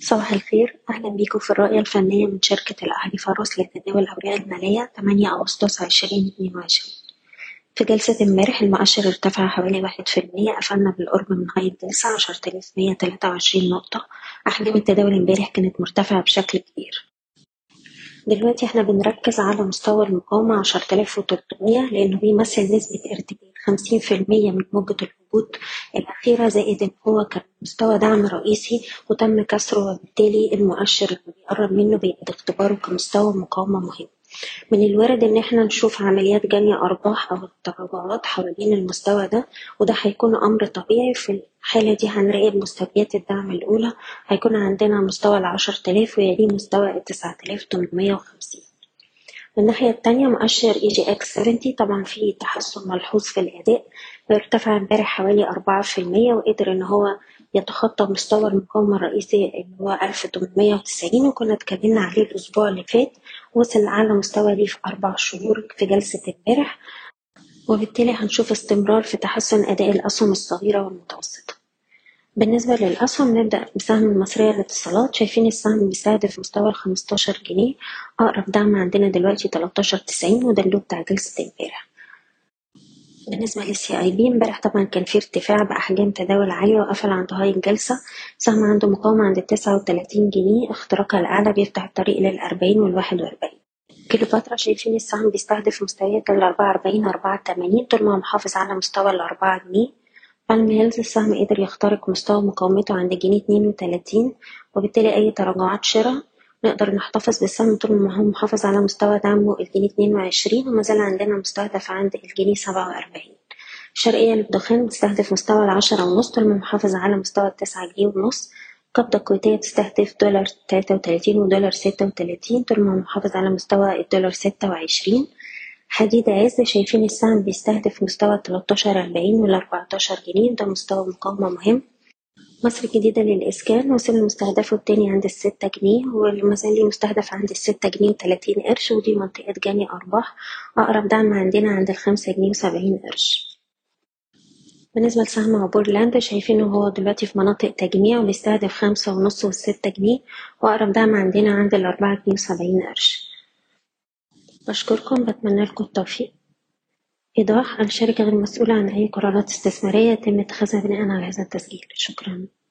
صباح الخير، أهلا بيكم في الرؤية الفنية من شركة الأهلي فاروس لتداول الأوراق المالية 8 أغسطس 2022. في جلسة امبارح المؤشر ارتفع حوالي 1%، قفلنا بالقرب من هاي الجلسة 10123 نقطة. أحجام التداول امبارح كانت مرتفعة بشكل كبير. دلوقتي احنا بنركز على مستوى المقاومة 10300 لأنه بيمثل نسبة ارتكاز 50% من موجة الهبوط الأخيرة، زائد إن هو كان مستوى دعم رئيسي وتم كسره، وبالتالي المؤشر اللي بيقرب منه بيبقى اختباره كمستوى مقاومة مهم. من الوارد إن احنا نشوف عمليات جني أرباح أو تراجعات حوالين المستوى ده، وده هيكون أمر طبيعي. في الحالة دي هنراقب مستويات الدعم الأولى، هيكون عندنا مستوى 10,000 ويليه مستوى 9,850. من الناحية التانية مؤشر EGX70 طبعا فيه تحسن ملحوظ في الأداء، ارتفع امبارح حوالي 4%، وقدر إن هو يتخطى مستوى المقاومة الرئيسي اللي هو 1890، وكنا اتكلمنا عليه الأسبوع اللي فات. وصل لأعلى مستوى ليه في 4 شهور في جلسة امبارح، وبالتالي هنشوف استمرار في تحسن أداء الأسهم الصغيرة والمتوسطة. بالنسبة للأسهم نبدأ بسهم المصرية للاتصالات. شايفين السهم بيستهدف مستوى 15 جنيه، أقرب دعم عندنا دلوقتي 13.90، وده اللو بتاع جلسة امبارح. بالنسبة للCIB امبارح طبعا كان في ارتفاع بأحجام تداول عالية، وقفل عند هاي الجلسة. سهم عنده مقاومة عند 39 جنيه، اختراقها الأعلى بيفتح الطريق لل40 وال41. كليوباترا شايفين السهم بيستهدف مستويات 44 84 طول ما هو محافظ على مستوى 4 جنيه. بالم هيلز السهم قدر يخترق مستوى مقاومته عند جنيه 32، وبالتالي أي تراجعات شراء نقدر نحتفظ بالسهم طول ما هو محافظ على مستوى دعمه الجنيه 22، ومازال عندنا مستهدف عند الجنيه 47. الشرقية للدخان بتستهدف مستوى 10.5 طول ما محافظ على مستوى 9 جنيه ونص. قبضة الكويتية تستهدف دولار 33 ودولار 36 طول ما هو محافظ على مستوى الدولار 26. حديد عز شايفين السهم بيستهدف مستوى 13.40 وال14 جنيه، ده مستوى مقاومة مهم. مصر الجديدة للإسكان وصل لمستهدفه التاني عند 6 جنيه، ومازال ليه مستهدف عند 6 جنيه و30 قرش، ودي منطقة جني أرباح. أقرب دعم عندنا عند 5 جنيه و70 قرش. بالنسبة لسهم عبور لاند شايفينه هو دلوقتي في مناطق تجميع وبيستهدف 5.5 و6 جنيه، وأقرب دعم عندنا عند 4 جنيه و70 قرش. بشكركم، بتمنى لكم التوفيق. إيضاح: الشركة غير مسؤولة عن أي قرارات استثمارية يتم اتخاذها بناء على هذا التسجيل. شكرا.